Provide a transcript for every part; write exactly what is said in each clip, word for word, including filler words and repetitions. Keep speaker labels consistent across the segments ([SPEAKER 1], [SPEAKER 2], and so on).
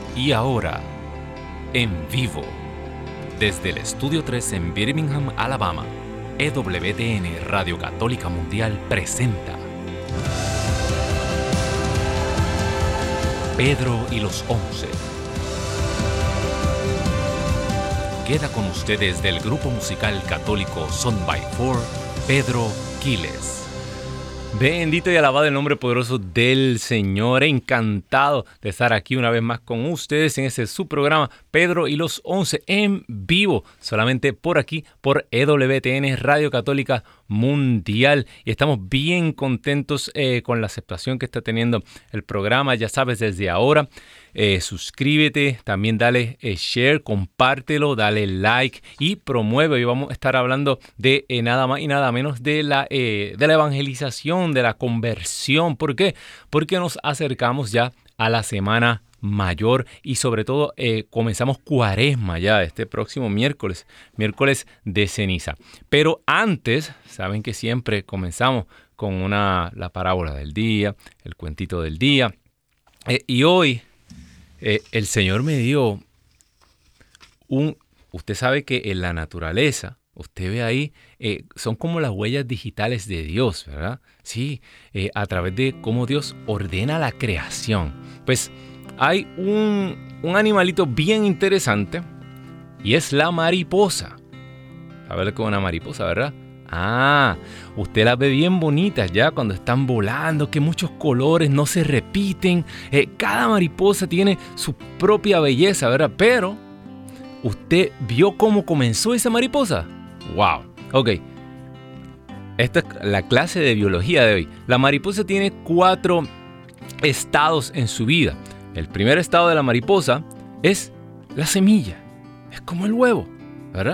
[SPEAKER 1] Y ahora, en vivo, desde el Estudio tres en Birmingham, Alabama, E W T N Radio Católica Mundial presenta Pedro y los Once. Queda con ustedes del grupo musical católico Son by Four, Pedro Quiles. Bendito y alabado el nombre poderoso del Señor. Encantado de estar aquí una vez más con ustedes en este su programa Pedro y los Once en vivo, solamente por aquí, por E W T N Radio Católica Mundial. Y estamos bien contentos eh, con la aceptación que está teniendo el programa. Ya sabes, desde ahora, eh, suscríbete, también dale eh, share, compártelo, dale like y promueve. Hoy vamos a estar hablando de eh, nada más y nada menos de la, eh, de la evangelización, de la conversión. ¿Por qué? Porque nos acercamos ya a la Semana Mayor y sobre todo eh, comenzamos Cuaresma ya este próximo miércoles, miércoles de ceniza. Pero antes, saben que siempre comenzamos con una, la parábola del día, el cuentito del día. Eh, y hoy eh, el Señor me dio un... Usted sabe que en la naturaleza, usted ve ahí, eh, son como las huellas digitales de Dios, ¿verdad? Sí, eh, a través de cómo Dios ordena la creación. Pues hay un, un animalito bien interesante y es la mariposa. A ver con una mariposa, ¿verdad? Ah, usted las ve bien bonitas ya cuando están volando, que muchos colores no se repiten. Eh, cada mariposa tiene su propia belleza, ¿verdad? Pero, ¿usted vio cómo comenzó esa mariposa? ¡Wow! Ok, esta es la clase de biología de hoy. La mariposa tiene cuatro estados en su vida. El primer estado de la mariposa es la semilla. Es como el huevo, ¿verdad?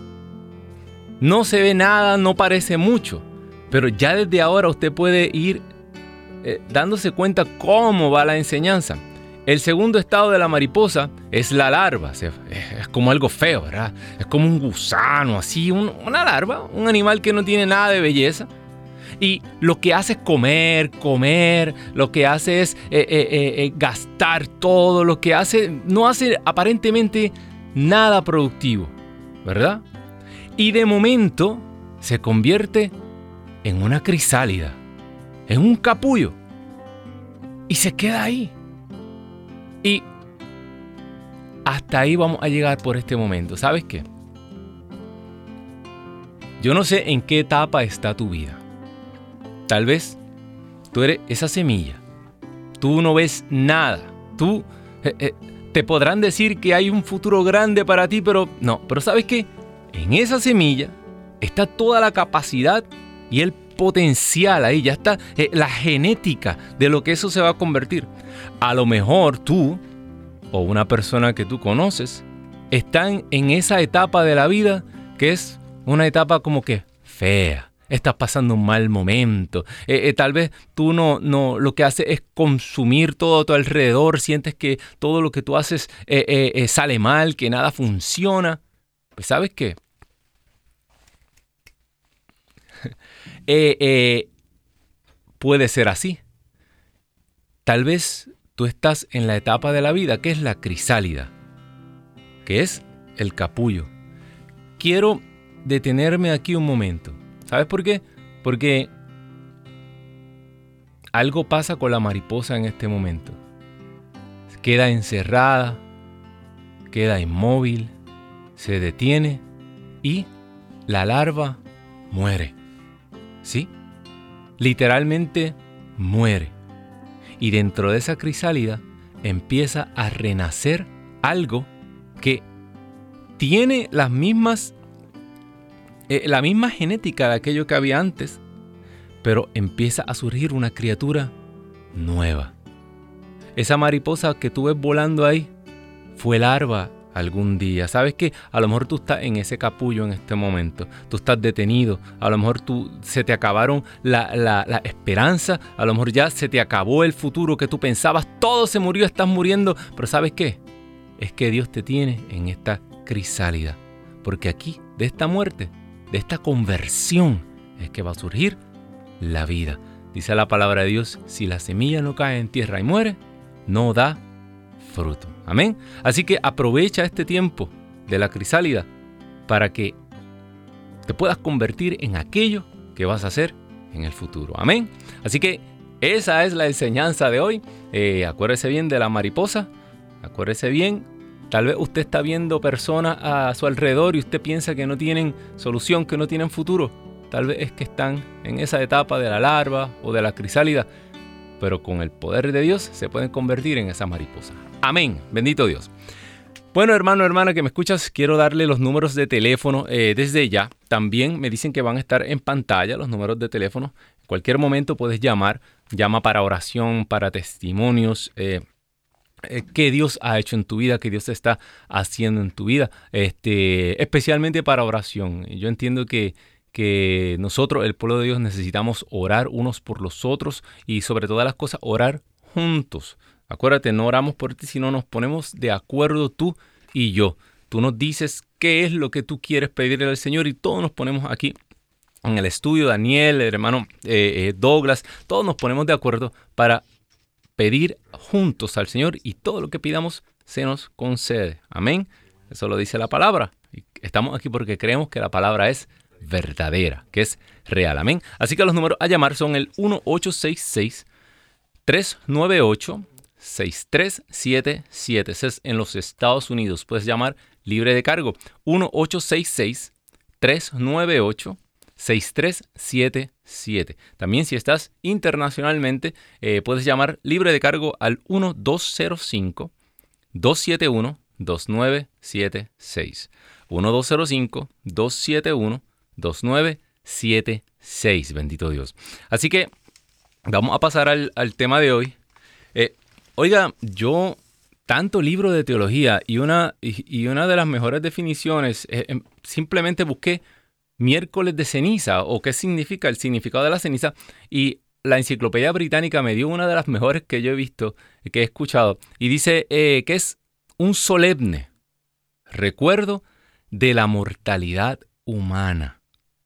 [SPEAKER 1] No se ve nada, no parece mucho, pero ya desde ahora usted puede ir eh, dándose cuenta cómo va la enseñanza. El segundo estado de la mariposa es la larva. Es como algo feo, ¿verdad? Es como un gusano, así, un, una larva, un animal que no tiene nada de belleza. Y lo que hace es comer, comer, lo que hace es eh, eh, eh, gastar todo, lo que hace, no hace aparentemente nada productivo, ¿verdad? Y de momento se convierte en una crisálida, en un capullo, y se queda ahí. Y hasta ahí vamos a llegar por este momento. ¿Sabes qué? Yo no sé en qué etapa está tu vida. Tal vez tú eres esa semilla. Tú no ves nada. Tú eh, eh, te podrán decir que hay un futuro grande para ti, pero no. Pero ¿sabes qué? En esa semilla está toda la capacidad y el potencial ahí. Ya está eh, la genética de lo que eso se va a convertir. A lo mejor tú o una persona que tú conoces están en esa etapa de la vida que es una etapa como que fea. Estás pasando un mal momento. Eh, eh, tal vez tú no, no, lo que haces es consumir todo a tu alrededor. Sientes que todo lo que tú haces eh, eh, eh, sale mal, que nada funciona. Pues ¿sabes qué? eh, eh, puede ser así. Tal vez tú estás en la etapa de la vida que es la crisálida, que es el capullo. Quiero detenerme aquí un momento. ¿Sabes por qué? Porque algo pasa con la mariposa en este momento. Queda encerrada, queda inmóvil, se detiene y la larva muere. ¿Sí? Literalmente muere. Y dentro de esa crisálida empieza a renacer algo que tiene las mismas Eh, la misma genética de aquello que había antes, pero empieza a surgir una criatura nueva. Esa mariposa que tú ves volando ahí fue larva algún día. ¿Sabes qué? A lo mejor tú estás en ese capullo en este momento. Tú estás detenido. A lo mejor tú, se te acabaron la, la, la esperanza. A lo mejor ya se te acabó el futuro que tú pensabas. Todo se murió, estás muriendo. Pero ¿sabes qué? Es que Dios te tiene en esta crisálida. Porque aquí, de esta muerte, de esta conversión, es que va a surgir la vida. Dice la palabra de Dios, si la semilla no cae en tierra y muere, no da fruto. Amén. Así que aprovecha este tiempo de la crisálida para que te puedas convertir en aquello que vas a hacer en el futuro. Amén. Así que esa es la enseñanza de hoy. Eh, acuérdese bien de la mariposa. Acuérdese bien. Tal vez usted está viendo personas a su alrededor y usted piensa que no tienen solución, que no tienen futuro. Tal vez es que están en esa etapa de la larva o de la crisálida. Pero con el poder de Dios se pueden convertir en esa mariposa. Amén. Bendito Dios. Bueno, hermano, hermana que me escuchas, quiero darle los números de teléfono eh, desde ya. También me dicen que van a estar en pantalla los números de teléfono. En cualquier momento puedes llamar. Llama para oración, para testimonios, eh, eh, qué Dios ha hecho en tu vida, qué Dios está haciendo en tu vida, este, especialmente para oración. Yo entiendo que, que nosotros, el pueblo de Dios, necesitamos orar unos por los otros y sobre todas las cosas, orar juntos. Acuérdate, no oramos por ti, sino nos ponemos de acuerdo tú y yo. Tú nos dices qué es lo que tú quieres pedirle al Señor y todos nos ponemos aquí en el estudio, Daniel, el hermano eh, eh, Douglas, todos nos ponemos de acuerdo para pedir juntos al Señor y todo lo que pidamos se nos concede. Amén. Eso lo dice la palabra. Y estamos aquí porque creemos que la palabra es verdadera, que es real. Amén. Así que los números a llamar son el uno ocho seis seis, tres nueve ocho, seis tres siete siete. Ese es en los Estados Unidos. Puedes llamar libre de cargo. uno ocho seis seis, tres nueve ocho, seis tres siete siete. También si estás internacionalmente, eh, puedes llamar libre de cargo al uno dos cero cinco, dos siete uno, dos nueve siete seis. uno dos cero cinco, dos siete uno, dos nueve siete seis. Bendito Dios. Así que vamos a pasar al, al tema de hoy. Eh, oiga, yo tanto libro de teología y una, y, y una de las mejores definiciones, eh, eh, simplemente busqué miércoles de ceniza o qué significa el significado de la ceniza y la Enciclopedia Británica me dio una de las mejores que yo he visto, que he escuchado y dice eh, que es un solemne recuerdo de la mortalidad humana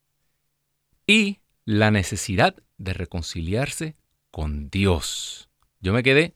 [SPEAKER 1] y la necesidad de reconciliarse con Dios. Yo me quedé,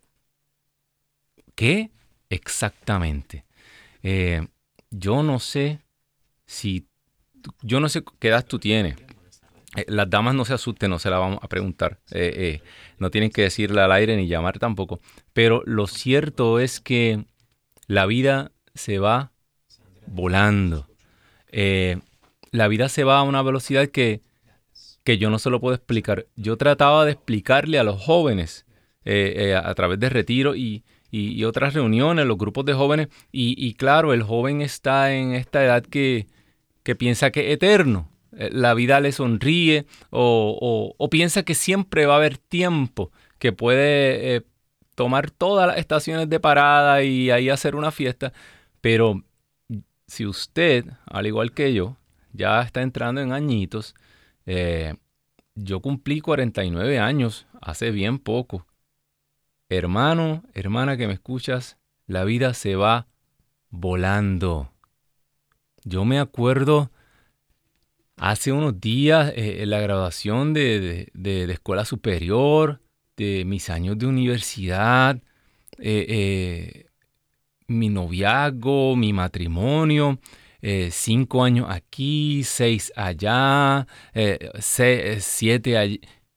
[SPEAKER 1] ¿qué exactamente? Eh, yo no sé si Yo no sé qué edad tú tienes. Eh, las damas no se asusten, no se la vamos a preguntar. Eh, eh, no tienen que decirle al aire ni llamar tampoco. Pero lo cierto es que la vida se va volando. Eh, la vida se va a una velocidad que, que yo no se lo puedo explicar. Yo trataba de explicarle a los jóvenes eh, eh, a través de retiro y, y, y otras reuniones, los grupos de jóvenes. Y, y claro, el joven está en esta edad que... que piensa que es eterno, la vida le sonríe o, o, o piensa que siempre va a haber tiempo, que puede eh, tomar todas las estaciones de parada y ahí hacer una fiesta. Pero si usted, al igual que yo, ya está entrando en añitos, eh, yo cumplí cuarenta y nueve años hace bien poco. Hermano, hermana que me escuchas, la vida se va volando. Yo me acuerdo hace unos días eh, en la graduación de, de, de, de escuela superior, de mis años de universidad, eh, eh, mi noviazgo, mi matrimonio, eh, cinco años aquí, seis allá, eh, seis, siete allí.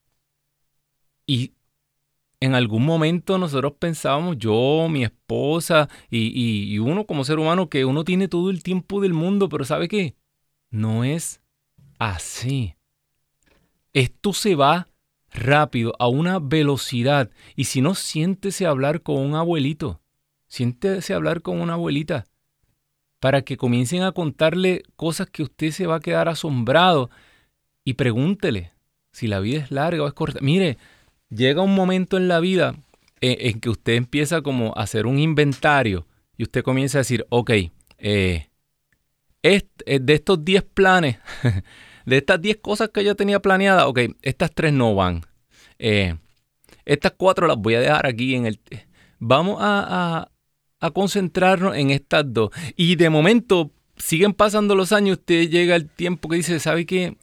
[SPEAKER 1] Y en algún momento nosotros pensábamos, yo, mi esposa y, y, y uno como ser humano, que uno tiene todo el tiempo del mundo, pero ¿sabe qué? No es así. Esto se va rápido, a una velocidad. Y si no, siéntese a hablar con un abuelito, siéntese a hablar con una abuelita, para que comiencen a contarle cosas que usted se va a quedar asombrado y pregúntele si la vida es larga o es corta. Mire, llega un momento en la vida en, en que usted empieza como a hacer un inventario y usted comienza a decir, ok, eh, este, de estos diez planes, de estas diez cosas que yo tenía planeadas, ok, estas tres no van. Eh, estas cuatro las voy a dejar aquí en el... Vamos a, a, a concentrarnos en estas dos. Y de momento siguen pasando los años, usted llega al tiempo que dice, ¿sabe qué?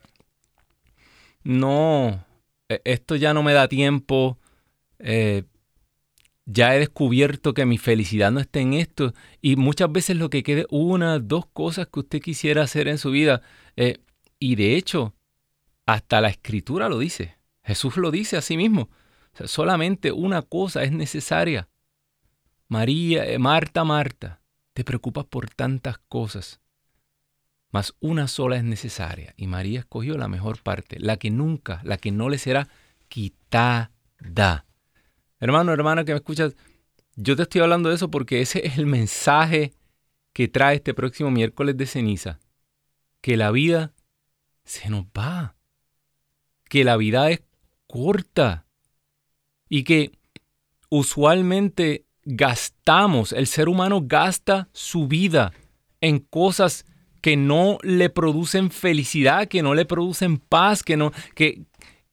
[SPEAKER 1] No... esto ya no me da tiempo, eh, ya he descubierto que mi felicidad no está en esto. Y muchas veces lo que quede una, dos cosas que usted quisiera hacer en su vida. Eh, y de hecho, hasta la Escritura lo dice. Jesús lo dice a sí mismo. O sea, solamente una cosa es necesaria. María, eh, Marta, Marta, te preocupas por tantas cosas, mas una sola es necesaria. Y María escogió la mejor parte, la que nunca, la que no le será quitada. Hermano, hermana que me escuchas, yo te estoy hablando de eso porque ese es el mensaje que trae este próximo miércoles de ceniza. Que la vida se nos va. Que la vida es corta. Y que usualmente gastamos, el ser humano gasta su vida en cosas que no le producen felicidad, que no le producen paz, que no, que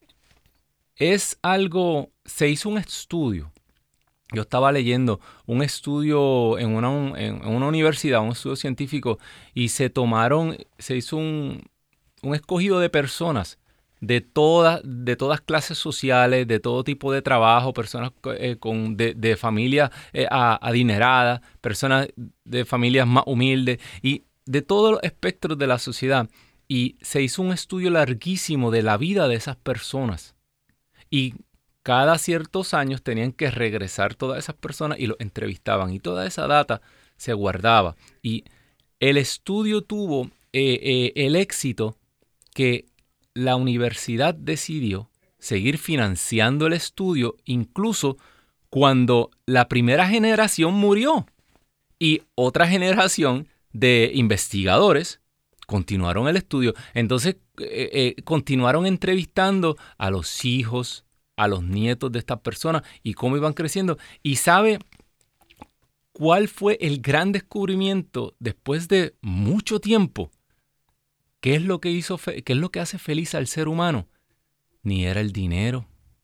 [SPEAKER 1] es algo, se hizo un estudio. Yo estaba leyendo un estudio en una, en una universidad, un estudio científico, y se tomaron, se hizo un, un escogido de personas de todas, de todas clases sociales, de todo tipo de trabajo, personas eh, con, de, de familias eh, adineradas, personas de familias más humildes y de todos los espectros de la sociedad. Y se hizo un estudio larguísimo de la vida de esas personas. Y cada ciertos años tenían que regresar todas esas personas y los entrevistaban. Y toda esa data se guardaba. Y el estudio tuvo eh, eh, el éxito que la universidad decidió seguir financiando el estudio incluso cuando la primera generación murió y otra generación de investigadores continuaron el estudio. Entonces eh, eh, continuaron entrevistando a los hijos, a los nietos de estas personas y cómo iban creciendo. ¿Y sabe cuál fue el gran descubrimiento después de mucho tiempo? ¿Qué es lo que hizo fe- qué es lo que hace feliz al ser humano? Ni era el dinero,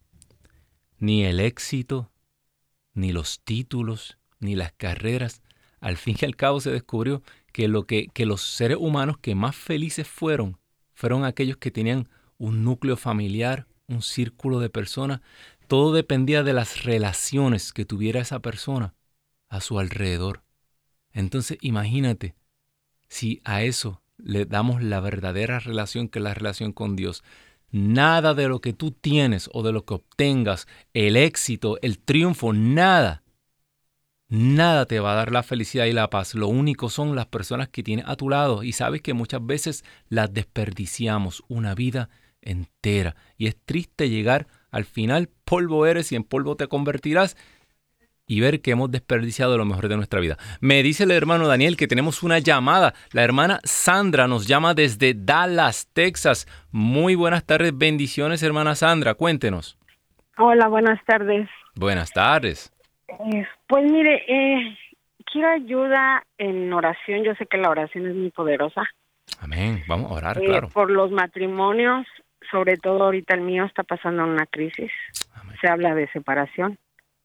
[SPEAKER 1] ni el éxito, ni los títulos, ni las carreras. Al fin y al cabo se descubrió que, lo que, que los seres humanos que más felices fueron, fueron aquellos que tenían un núcleo familiar, un círculo de personas. Todo dependía de las relaciones que tuviera esa persona a su alrededor. Entonces imagínate, si a eso le damos la verdadera relación que es la relación con Dios, nada de lo que tú tienes o de lo que obtengas, el éxito, el triunfo, nada, nada te va a dar la felicidad y la paz. Lo único son las personas que tienes a tu lado y sabes que muchas veces las desperdiciamos una vida entera. Y es triste llegar al final, polvo eres y en polvo te convertirás, y ver que hemos desperdiciado lo mejor de nuestra vida. Me dice el hermano Daniel que tenemos una llamada. La hermana Sandra nos llama desde Dallas, Texas. Muy buenas tardes, bendiciones, hermana Sandra. Cuéntenos.
[SPEAKER 2] Hola, buenas tardes.
[SPEAKER 1] Buenas tardes.
[SPEAKER 2] Eh, pues mire, eh, quiero ayuda en oración. Yo sé que la oración es muy poderosa.
[SPEAKER 1] Amén. Vamos a orar,
[SPEAKER 2] Eh,
[SPEAKER 1] claro.
[SPEAKER 2] Por los matrimonios, sobre todo ahorita el mío está pasando una crisis.
[SPEAKER 1] Amén.
[SPEAKER 2] Se habla de separación.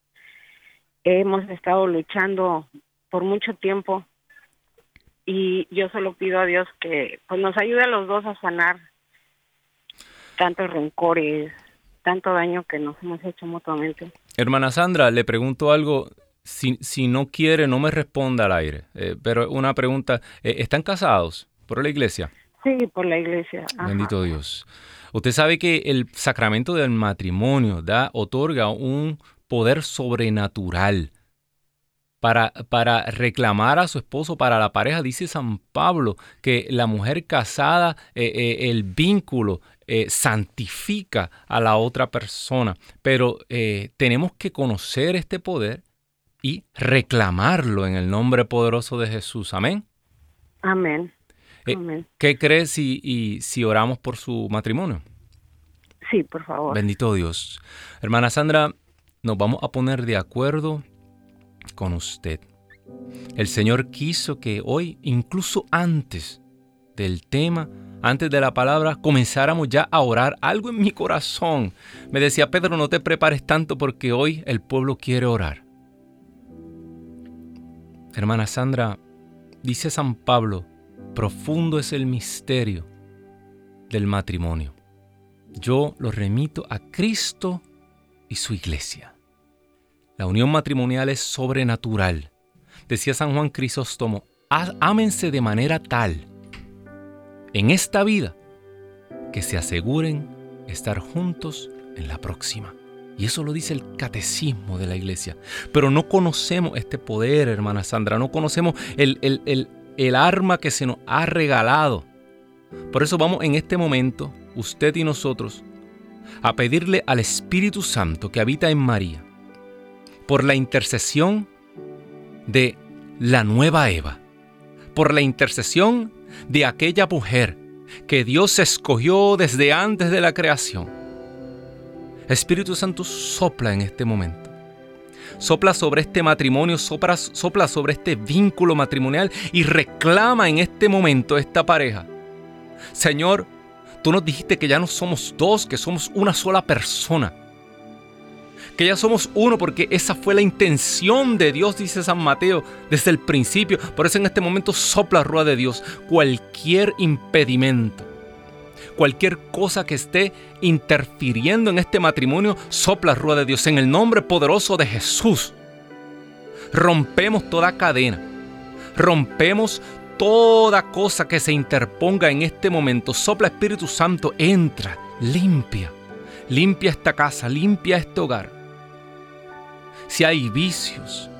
[SPEAKER 2] Hemos estado luchando por mucho tiempo y yo solo pido a Dios que pues nos ayude a los dos a sanar tantos rencores, tanto daño que nos hemos hecho mutuamente.
[SPEAKER 1] Hermana Sandra, le pregunto algo. Si, si no quiere, no me responda al aire. Eh, pero una pregunta. Eh, ¿Están casados por la iglesia?
[SPEAKER 2] Sí, por la iglesia. Ajá.
[SPEAKER 1] Bendito Dios. Usted sabe que el sacramento del matrimonio da, otorga un poder sobrenatural para, para reclamar a su esposo, para la pareja. Dice San Pablo que la mujer casada, eh, eh, el vínculo eh, santifica a la otra persona. Pero eh, tenemos que conocer este poder y reclamarlo en el nombre poderoso de Jesús. Amén.
[SPEAKER 2] Amén.
[SPEAKER 1] Eh,
[SPEAKER 2] Amén.
[SPEAKER 1] ¿Qué crees si, y, si oramos por su matrimonio?
[SPEAKER 2] Sí, por favor.
[SPEAKER 1] Bendito Dios. Hermana Sandra, nos vamos a poner de acuerdo con usted. El Señor quiso que hoy, incluso antes del tema, antes de la palabra, comenzáramos ya a orar. Algo en mi corazón me decía: Pedro, no te prepares tanto porque hoy el pueblo quiere orar. Hermana Sandra, dice San Pablo, profundo es el misterio del matrimonio. Yo lo remito a Cristo y su iglesia. La unión matrimonial es sobrenatural. Decía San Juan Crisóstomo, ámense de manera tal en esta vida que se aseguren estar juntos en la próxima. Y eso lo dice el catecismo de la iglesia. Pero no conocemos este poder, hermana Sandra. No conocemos el, el, el, el arma que se nos ha regalado. Por eso vamos en este momento, usted y nosotros, a pedirle al Espíritu Santo que habita en María, por la intercesión de la nueva Eva, por la intercesión de aquella mujer que Dios escogió desde antes de la creación. Espíritu Santo, sopla en este momento. Sopla sobre este matrimonio, sopla, sopla sobre este vínculo matrimonial y reclama en este momento esta pareja. Señor, tú nos dijiste que ya no somos dos, que somos una sola persona. Que ya somos uno porque esa fue la intención de Dios, dice San Mateo, desde el principio. Por eso en este momento sopla rueda de Dios. Cualquier impedimento, cualquier cosa que esté interfiriendo en este matrimonio, sopla rueda de Dios. En el nombre poderoso de Jesús, rompemos toda cadena. Rompemos toda cosa que se interponga en este momento. Sopla, Espíritu Santo, entra, limpia. Limpia esta casa, limpia este hogar. Si hay vicios,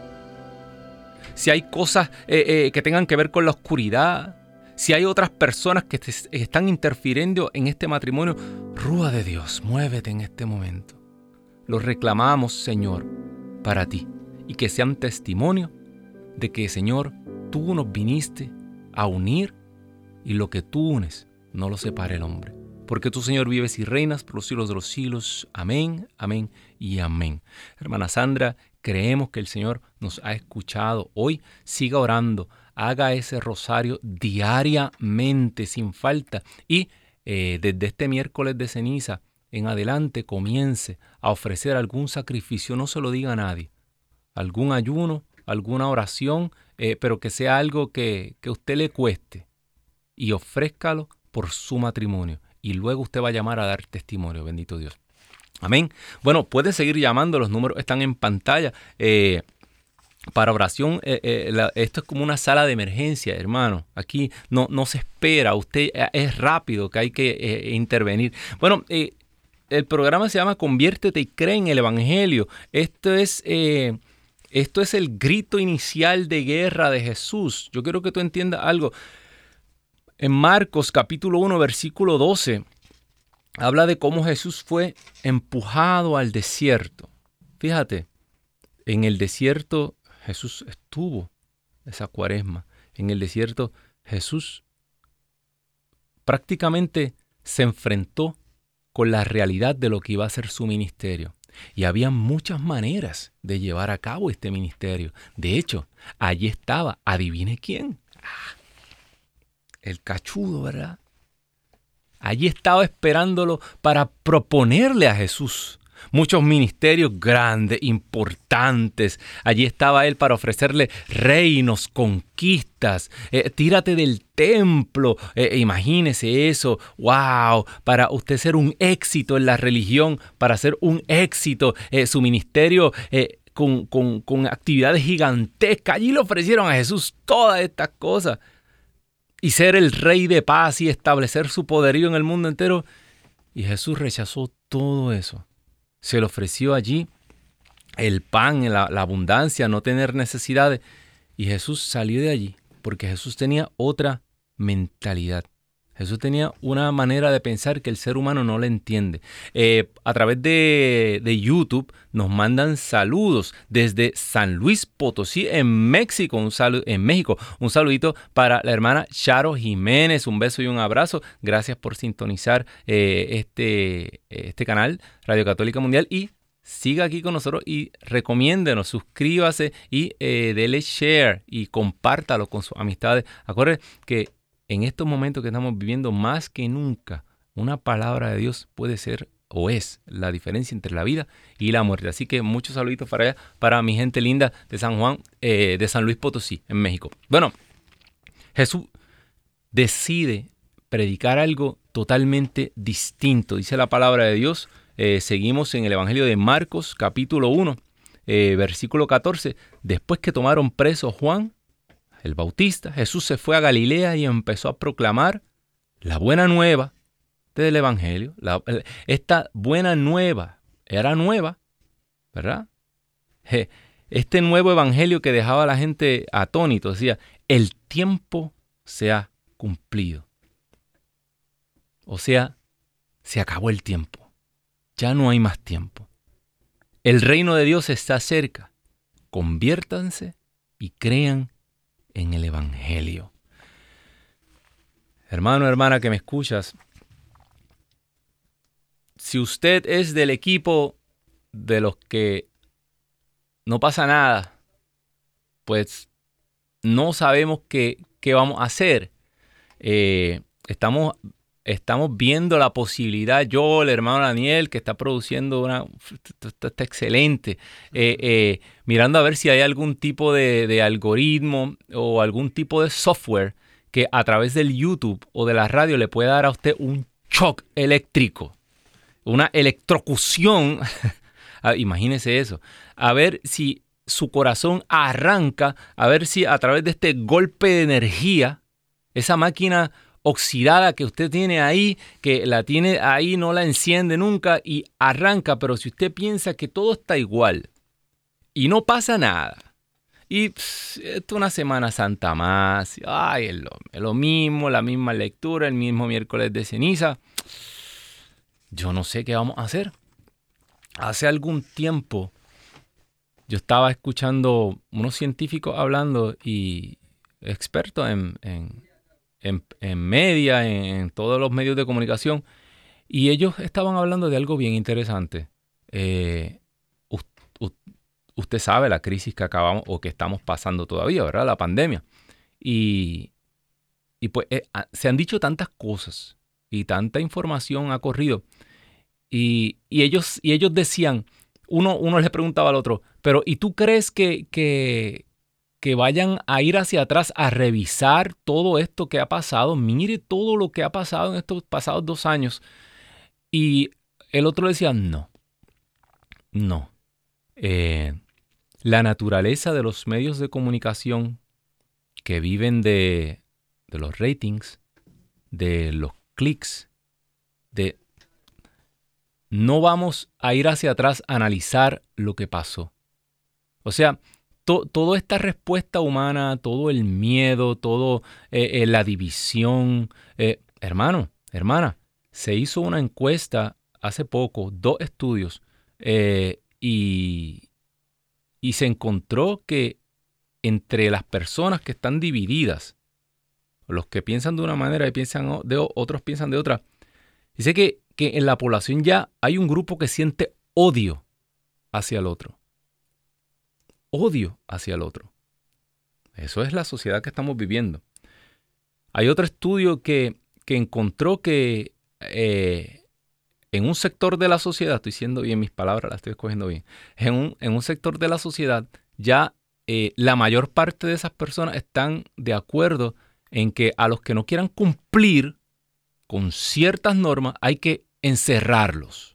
[SPEAKER 1] si hay cosas eh, eh, que tengan que ver con la oscuridad, si hay otras personas que te están interfiriendo en este matrimonio, Rúa de Dios, muévete en este momento. Lo reclamamos, Señor, para ti. Y que sean testimonio de que, Señor, tú nos viniste a unir y lo que tú unes no lo separe el hombre. Porque tú, Señor, vives y reinas por los siglos de los siglos. Amén, amén y amén. Hermana Sandra, creemos que el Señor nos ha escuchado. Hoy siga orando. Haga ese rosario diariamente, sin falta. Y eh, desde este miércoles de ceniza en adelante comience a ofrecer algún sacrificio. No se lo diga a nadie. Algún ayuno, alguna oración, eh, pero que sea algo que, que a usted le cueste. Y ofrézcalo por su matrimonio. Y luego usted va a llamar a dar testimonio. Bendito Dios. Amén. Bueno, pueden seguir llamando. Los números están en pantalla. Eh, para oración, eh, eh, la, esto es como una sala de emergencia, hermano. Aquí no, no se espera. Usted eh, es rápido que hay que eh, intervenir. Bueno, eh, el programa se llama Conviértete y cree en el Evangelio. Esto es... Eh, Esto es el grito inicial de guerra de Jesús. Yo quiero que tú entiendas algo. En Marcos capítulo uno, versículo doce, habla de cómo Jesús fue empujado al desierto. Fíjate, en el desierto Jesús estuvo esa cuaresma. En el desierto Jesús prácticamente se enfrentó con la realidad de lo que iba a ser su ministerio. Y había muchas maneras de llevar a cabo este ministerio. De hecho, allí estaba, adivine quién. Ah, el cachudo, ¿verdad? Allí estaba esperándolo para proponerle a Jesús muchos ministerios grandes, importantes. Allí estaba él para ofrecerle reinos, conquistas. Eh, tírate del templo. Eh, imagínese eso. ¡Wow! Para usted ser un éxito en la religión, para ser un éxito, eh, su ministerio eh, con, con, con actividades gigantescas. Allí le ofrecieron a Jesús todas estas cosas. Y ser el rey de paz y establecer su poderío en el mundo entero. Y Jesús rechazó todo eso. Se le ofreció allí el pan, la, la abundancia, no tener necesidades. Y Jesús salió de allí porque Jesús tenía otra mentalidad. Jesús tenía una manera de pensar que el ser humano no le entiende. Eh, a través de, de YouTube nos mandan saludos desde San Luis Potosí, en México. Un saludo, en México. Un saludito para la hermana Charo Jiménez. Un beso y un abrazo. Gracias por sintonizar eh, este, este canal, Radio Católica Mundial. Y siga aquí con nosotros y recomiéndenos, suscríbase y eh, dele share y compártalo con sus amistades. Acuérdense que en estos momentos que estamos viviendo, más que nunca, una palabra de Dios puede ser o es la diferencia entre la vida y la muerte. Así que muchos saluditos para allá, para mi gente linda de San Juan, eh, de San Luis Potosí, en México. Bueno, Jesús decide predicar algo totalmente distinto. Dice la palabra de Dios, eh, seguimos en el Evangelio de Marcos, capítulo uno, eh, versículo catorce, después que tomaron preso a Juan el Bautista, Jesús se fue a Galilea y empezó a proclamar la buena nueva del Evangelio. La, esta buena nueva era nueva, ¿verdad? Este nuevo Evangelio que dejaba a la gente atónito, decía, el tiempo se ha cumplido. O sea, se acabó el tiempo. Ya no hay más tiempo. El reino de Dios está cerca. Conviértanse y crean en el Evangelio. Hermano, hermana que me escuchas, si usted es del equipo de los que no pasa nada, pues no sabemos qué, qué vamos a hacer. Eh, estamos, estamos viendo la posibilidad, yo, el hermano Daniel, que está produciendo una... Está, está excelente. Eh, eh, mirando a ver si hay algún tipo de, de algoritmo o algún tipo de software que a través del YouTube o de la radio le pueda dar a usted un shock eléctrico, una electrocución. Imagínese eso. A ver si su corazón arranca, a ver si a través de este golpe de energía, esa máquina oxidada que usted tiene ahí, que la tiene ahí, no la enciende nunca y arranca, pero si usted piensa que todo está igual y no pasa nada, y pss, esto es una Semana Santa más, ay, es lo, es lo mismo, la misma lectura, el mismo miércoles de ceniza, yo no sé qué vamos a hacer. Hace algún tiempo yo estaba escuchando unos científicos hablando y expertos en, en, en, en media, en, en todos los medios de comunicación, y ellos estaban hablando de algo bien interesante. Eh, u, u, usted sabe la crisis que acabamos o que estamos pasando todavía, ¿verdad? La pandemia. Y, y pues eh, se han dicho tantas cosas y tanta información ha corrido. Y, y, ellos, y ellos decían, uno, uno les preguntaba al otro, pero ¿y tú crees que, que, que vayan a ir hacia atrás a revisar todo esto que ha pasado? Mire todo lo que ha pasado en estos pasados dos años. Y el otro decía, no, no. Eh, la naturaleza de los medios de comunicación que viven de, de los ratings, de los clics, de... No vamos a ir hacia atrás a analizar lo que pasó. O sea, to, toda esta respuesta humana, todo el miedo, todo eh, eh, la división. Eh, hermano, hermana, se hizo una encuesta hace poco, dos estudios, eh, y, y se encontró que entre las personas que están divididas, los que piensan de una manera y piensan de, otros piensan de otra, dice que que en la población ya hay un grupo que siente odio hacia el otro. Odio hacia el otro. Eso es la sociedad que estamos viviendo. Hay otro estudio que, que encontró que eh, en un sector de la sociedad, estoy diciendo bien mis palabras, las estoy escogiendo bien, en un, en un sector de la sociedad ya eh, la mayor parte de esas personas están de acuerdo en que a los que no quieran cumplir con ciertas normas hay que encerrarlos.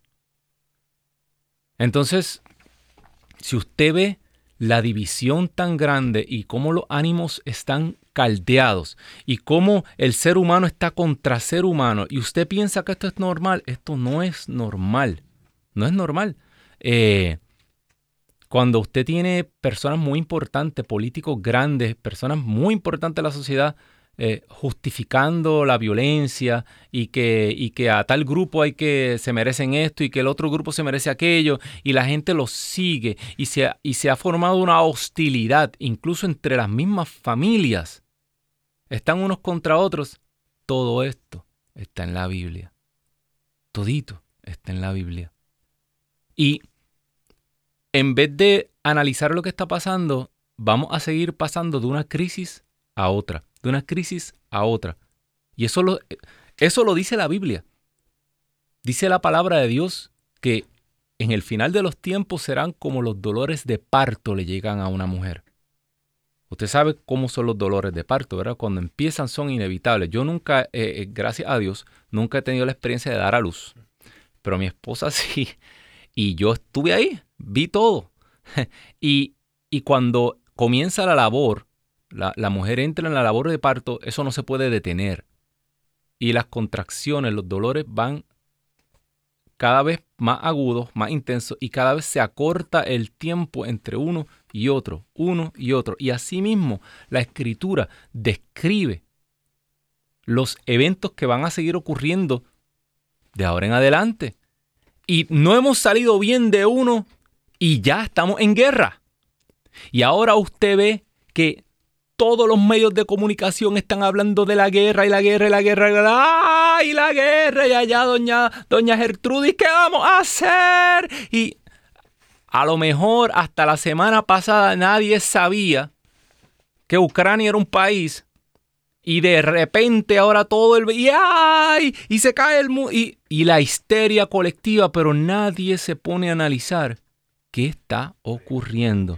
[SPEAKER 1] Entonces, si usted ve la división tan grande y cómo los ánimos están caldeados y cómo el ser humano está contra ser humano y usted piensa que esto es normal, esto no es normal. No es normal. Eh, cuando usted tiene personas muy importantes, políticos grandes, personas muy importantes de la sociedad, Eh, justificando la violencia y que, y que a tal grupo hay que se merecen esto y que el otro grupo se merece aquello y la gente los sigue y se, ha, y se ha formado una hostilidad incluso entre las mismas familias. Están unos contra otros. Todo esto está en la Biblia. Todito está en la Biblia. Y en vez de analizar lo que está pasando, vamos a seguir pasando de una crisis a otra. De una crisis a otra. Y eso lo, eso lo dice la Biblia. Dice la palabra de Dios que en el final de los tiempos serán como los dolores de parto le llegan a una mujer. Usted sabe cómo son los dolores de parto, ¿verdad? Cuando empiezan son inevitables. Yo nunca, eh, gracias a Dios, nunca he tenido la experiencia de dar a luz. Pero mi esposa sí. Y yo estuve ahí, vi todo. y, y cuando comienza la labor, la, la mujer entra en la labor de parto, eso no se puede detener. Y las contracciones, los dolores van cada vez más agudos, más intensos, y cada vez se acorta el tiempo entre uno y otro, uno y otro. Y asimismo, la Escritura describe los eventos que van a seguir ocurriendo de ahora en adelante. Y no hemos salido bien de uno y ya estamos en guerra. Y ahora usted ve que todos los medios de comunicación están hablando de la guerra y la guerra y la guerra. Y la, ¡ay, la guerra! Y allá doña, doña Gertrudis, ¿qué vamos a hacer? Y a lo mejor hasta la semana pasada nadie sabía que Ucrania era un país. Y de repente ahora todo el... Y, ¡ay! Y se cae el mundo. Y, y la histeria colectiva, pero nadie se pone a analizar qué está ocurriendo.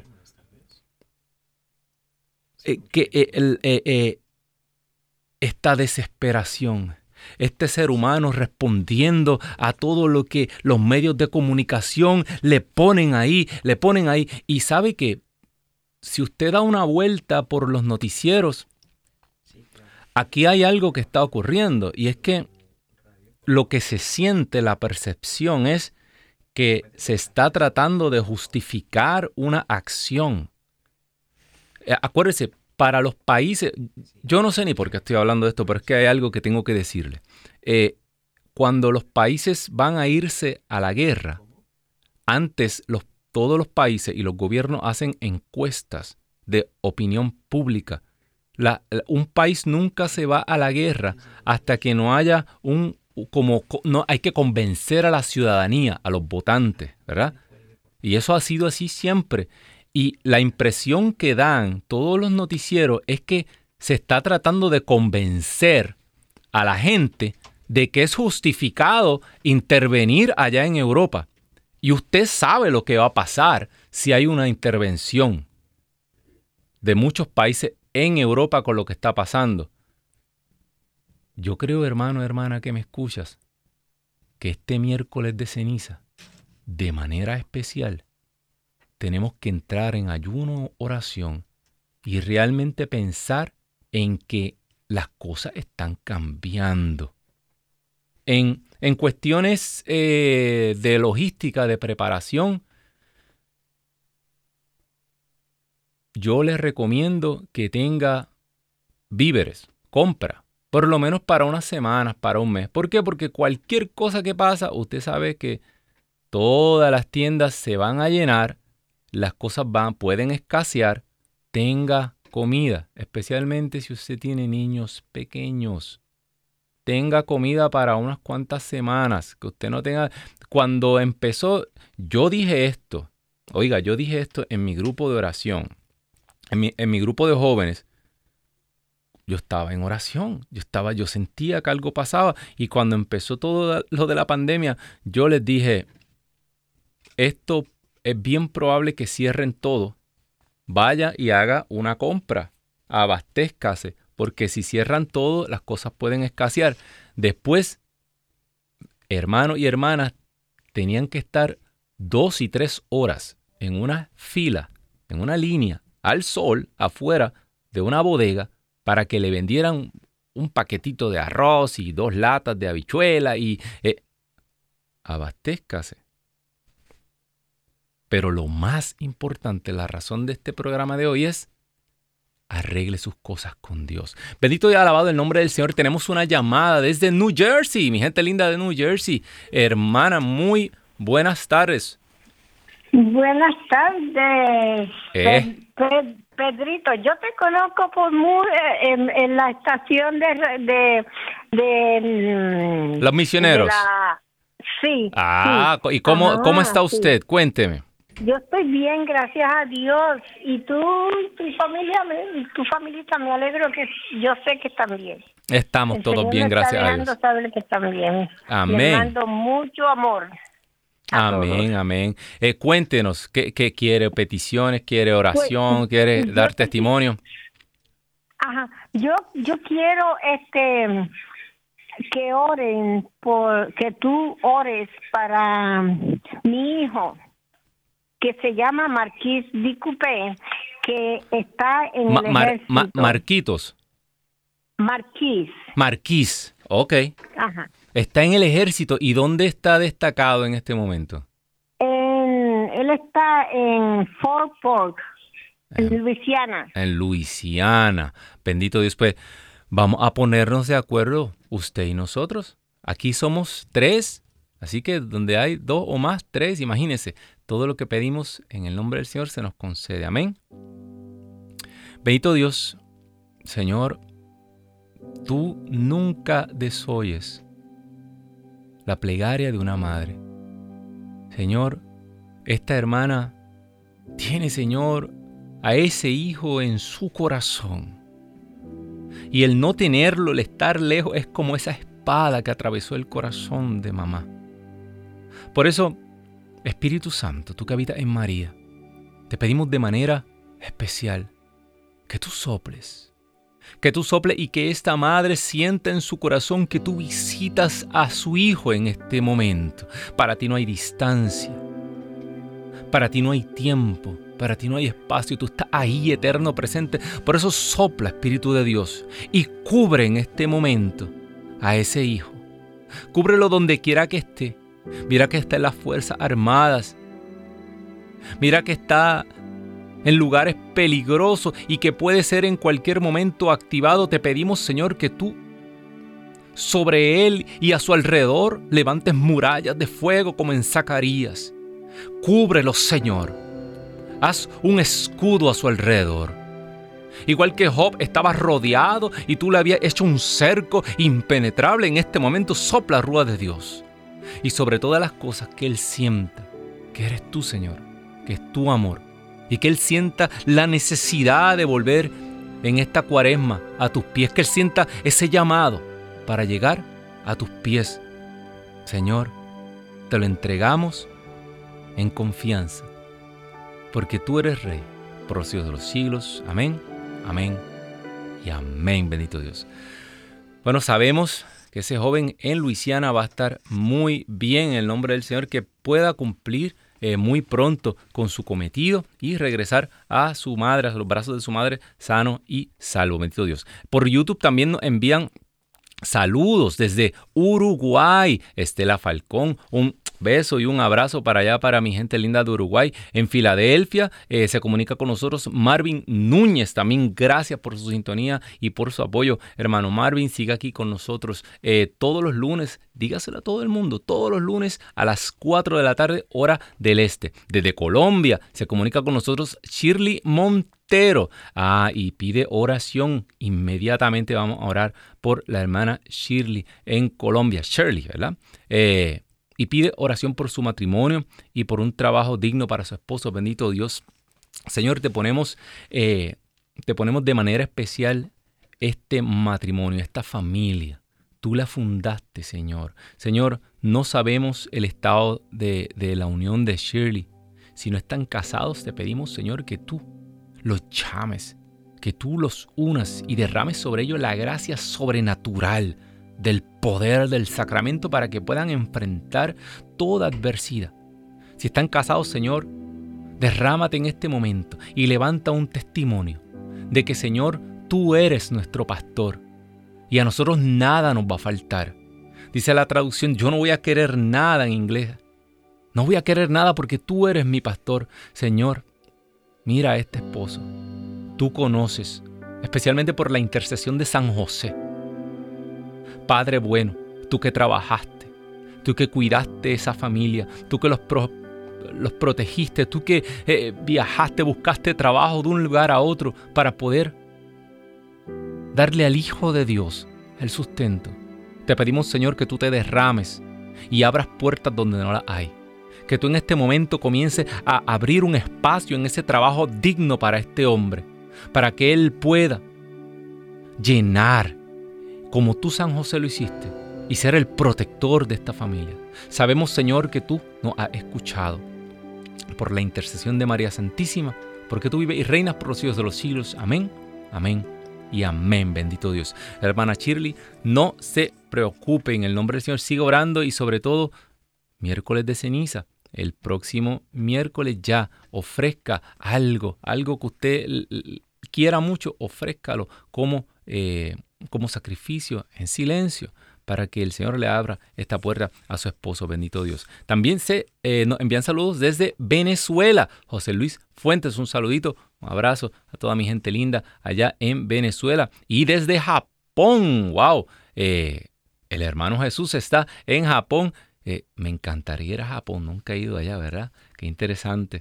[SPEAKER 1] Eh, que eh, el, eh, eh, esta desesperación, este ser humano respondiendo a todo lo que los medios de comunicación le ponen ahí, le ponen ahí. Y sabe que si usted da una vuelta por los noticieros, aquí hay algo que está ocurriendo, y es que lo que se siente, la percepción es que se está tratando de justificar una acción. Acuérdese, para los países, yo no sé ni por qué estoy hablando de esto, pero es que hay algo que tengo que decirle. Eh, cuando los países van a irse a la guerra, antes los, todos los países y los gobiernos hacen encuestas de opinión pública. La, un país nunca se va a la guerra hasta que no haya un, como, no, hay que convencer a la ciudadanía, a los votantes, ¿verdad? Y eso ha sido así siempre. Y la impresión que dan todos los noticieros es que se está tratando de convencer a la gente de que es justificado intervenir allá en Europa. Y usted sabe lo que va a pasar si hay una intervención de muchos países en Europa con lo que está pasando. Yo creo, hermano, hermana, que me escuchas, que este miércoles de ceniza, de manera especial, tenemos que entrar en ayuno, oración y realmente pensar en que las cosas están cambiando. En, en cuestiones eh, de logística, de preparación, yo les recomiendo que tenga víveres, compra, por lo menos para unas semanas, para un mes. ¿Por qué? Porque cualquier cosa que pasa, usted sabe que todas las tiendas se van a llenar, las cosas van, pueden escasear. Tenga comida, especialmente si usted tiene niños pequeños. Tenga comida para unas cuantas semanas, que usted no tenga... Cuando empezó, yo dije esto, oiga, yo dije esto en mi grupo de oración. En mi, en mi grupo de jóvenes, yo estaba en oración, yo estaba, yo sentía que algo pasaba, y cuando empezó todo lo de la pandemia, yo les dije, esto es bien probable que cierren todo, vaya y haga una compra, abastézcase, porque si cierran todo, las cosas pueden escasear. Después, hermanos y hermanas tenían que estar dos y tres horas en una fila, en una línea, al sol, afuera de una bodega, para que le vendieran un paquetito de arroz y dos latas de habichuela y eh, abastézcase. Pero lo más importante, la razón de este programa de hoy es arregle sus cosas con Dios. Bendito y alabado el nombre del Señor. Tenemos una llamada desde New Jersey, mi gente linda de New Jersey. Hermana, muy buenas tardes.
[SPEAKER 3] Buenas tardes,
[SPEAKER 1] Eh.
[SPEAKER 3] Pe- Pe- Pedrito. Yo te conozco por muy, en, en la estación de de, de
[SPEAKER 1] Los misioneros.
[SPEAKER 3] de la, sí.
[SPEAKER 1] Ah,
[SPEAKER 3] sí.
[SPEAKER 1] ¿y cómo,
[SPEAKER 3] Ajá,
[SPEAKER 1] cómo está
[SPEAKER 3] sí.
[SPEAKER 1] usted? Cuénteme.
[SPEAKER 3] Yo estoy bien, gracias a Dios. Y tú, tu familia, me- tu familita, me alegro que yo sé que están bien.
[SPEAKER 1] Estamos
[SPEAKER 3] El
[SPEAKER 1] todos
[SPEAKER 3] Señor
[SPEAKER 1] bien,
[SPEAKER 3] me está
[SPEAKER 1] gracias a
[SPEAKER 3] dejando
[SPEAKER 1] Dios.
[SPEAKER 3] saber que están bien.
[SPEAKER 1] Amén.
[SPEAKER 3] Les mando mucho amor. A
[SPEAKER 1] Amén,
[SPEAKER 3] todos.
[SPEAKER 1] amén. Eh, cuéntenos, ¿qué, ¿qué quiere? ¿Peticiones? ¿Quiere oración?
[SPEAKER 3] Pues,
[SPEAKER 1] ¿Quiere
[SPEAKER 3] yo
[SPEAKER 1] dar
[SPEAKER 3] te-
[SPEAKER 1] testimonio?
[SPEAKER 3] Ajá, yo yo quiero este que oren por que tú ores para mi hijo que se llama Marquis Dicupé, que está en
[SPEAKER 1] Ma-
[SPEAKER 3] el
[SPEAKER 1] Mar-
[SPEAKER 3] ejército.
[SPEAKER 1] Ma- Marquitos.
[SPEAKER 3] Marquis.
[SPEAKER 1] Marquis, ok.
[SPEAKER 3] Ajá.
[SPEAKER 1] Está en el ejército. ¿Y dónde está destacado en este momento?
[SPEAKER 3] En, él está en Fort Polk, en
[SPEAKER 1] En-
[SPEAKER 3] Luisiana.
[SPEAKER 1] En Luisiana. Bendito Dios. Pues vamos a ponernos de acuerdo, usted y nosotros. Aquí somos tres. Así que donde hay dos o más, tres, imagínense, todo lo que pedimos en el nombre del Señor se nos concede. Amén. Bendito Dios, Señor, tú nunca desoyes la plegaria de una madre. Señor, esta hermana tiene, Señor, a ese hijo en su corazón. Y el no tenerlo, el estar lejos, es como esa espada que atravesó el corazón de mamá. Por eso, Espíritu Santo, tú que habitas en María, te pedimos de manera especial que tú soples, que tú soples y que esta madre sienta en su corazón que tú visitas a su hijo en este momento. Para ti no hay distancia, para ti no hay tiempo, para ti no hay espacio, tú estás ahí eterno presente. Por eso sopla, Espíritu de Dios, y cubre en este momento a ese hijo. Cúbrelo donde quiera que esté. Mira que está en las Fuerzas Armadas. Mira que está en lugares peligrosos y que puede ser en cualquier momento activado. Te pedimos, Señor, que tú sobre él y a su alrededor levantes murallas de fuego como en Zacarías. Cúbrelo, Señor. Haz un escudo a su alrededor. Igual que Job estaba rodeado y tú le habías hecho un cerco impenetrable, en este momento sopla rúa de Dios. Y sobre todas las cosas, que Él sienta que eres tú, Señor, que es tu amor. Y que Él sienta la necesidad de volver en esta cuaresma a tus pies. Que Él sienta ese llamado para llegar a tus pies. Señor, te lo entregamos en confianza. Porque tú eres Rey, por los siglos de los siglos. Amén, amén y amén. Bendito Dios. Bueno, sabemos que ese joven en Luisiana va a estar muy bien en el nombre del Señor, que pueda cumplir eh, muy pronto con su cometido y regresar a su madre, a los brazos de su madre, sano y salvo. Bendito Dios. Por YouTube también nos envían saludos desde Uruguay. Estela Falcón, un beso y un abrazo para allá, para mi gente linda de Uruguay. En Filadelfia eh, se comunica con nosotros Marvin Núñez. También gracias por su sintonía y por su apoyo. Hermano Marvin, siga aquí con nosotros eh, todos los lunes. Dígaselo a todo el mundo. Todos los lunes a las cuatro de la tarde, hora del este. Desde Colombia se comunica con nosotros Shirley Montero. Ah, y pide oración. Inmediatamente vamos a orar por la hermana Shirley en Colombia. Shirley, ¿verdad? Eh... Y pide oración por su matrimonio y por un trabajo digno para su esposo. Bendito Dios. Señor, te ponemos, eh, te ponemos de manera especial este matrimonio, esta familia. Tú la fundaste, Señor. Señor, no sabemos el estado de, de la unión de Shirley. Si no están casados, te pedimos, Señor, que tú los llames, que tú los unas y derrames sobre ellos la gracia sobrenatural del poder del sacramento para que puedan enfrentar toda adversidad. Si están casados, Señor, derrámate en este momento y levanta un testimonio de que, Señor, tú eres nuestro pastor y a nosotros nada nos va a faltar. Dice la traducción, yo no voy a querer nada en inglés. No voy a querer nada porque tú eres mi pastor. Señor, mira a este esposo. Tú conoces, especialmente por la intercesión de San José. Padre bueno, tú que trabajaste, tú que cuidaste esa familia, tú que los, pro, los protegiste, tú que eh, viajaste, buscaste trabajo de un lugar a otro para poder darle al Hijo de Dios el sustento. Te pedimos, Señor, que tú te derrames y abras puertas donde no las hay. Que tú en este momento comiences a abrir un espacio en ese trabajo digno para este hombre, para que él pueda llenar como tú, San José, lo hiciste, y ser el protector de esta familia. Sabemos, Señor, que tú nos has escuchado por la intercesión de María Santísima, porque tú vives y reinas por los siglos de los siglos. Amén, amén y amén. Bendito Dios. La hermana Shirley, no se preocupe, en el nombre del Señor, siga orando y sobre todo, miércoles de ceniza. el próximo miércoles ya ofrezca algo, algo que usted quiera mucho, ofrézcalo como, eh, como sacrificio en silencio, para que el Señor le abra esta puerta a su esposo, bendito Dios. También se eh, nos envían saludos desde Venezuela. José Luis Fuentes, un saludito, un abrazo a toda mi gente linda allá en Venezuela. Y desde Japón, wow, eh, el hermano Jesús está en Japón. Eh, me encantaría ir a Japón, nunca he ido allá, ¿verdad? Qué interesante.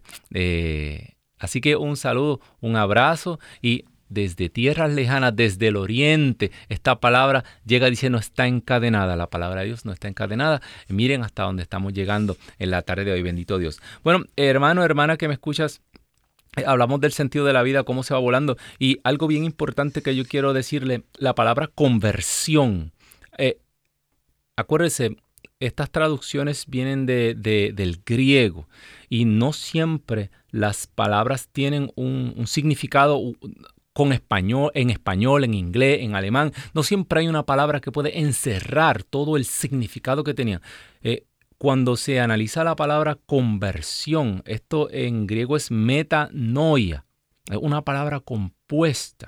[SPEAKER 1] Eh, así que un saludo, un abrazo y desde tierras lejanas, desde el oriente, esta palabra llega, dice, no está encadenada. La palabra de Dios no está encadenada. Miren hasta dónde estamos llegando en la tarde de hoy, bendito Dios. Bueno, hermano, hermana que me escuchas, eh, hablamos del sentido de la vida, cómo se va volando. Y algo bien importante que yo quiero decirle, la palabra conversión. Eh, acuérdese, estas traducciones vienen de, de, del griego y no siempre las palabras tienen un, un significado con español, en español, en inglés, en alemán. No siempre hay una palabra que puede encerrar todo el significado que tenía. Eh, cuando se analiza la palabra conversión, esto en griego es metanoia, es una palabra compuesta.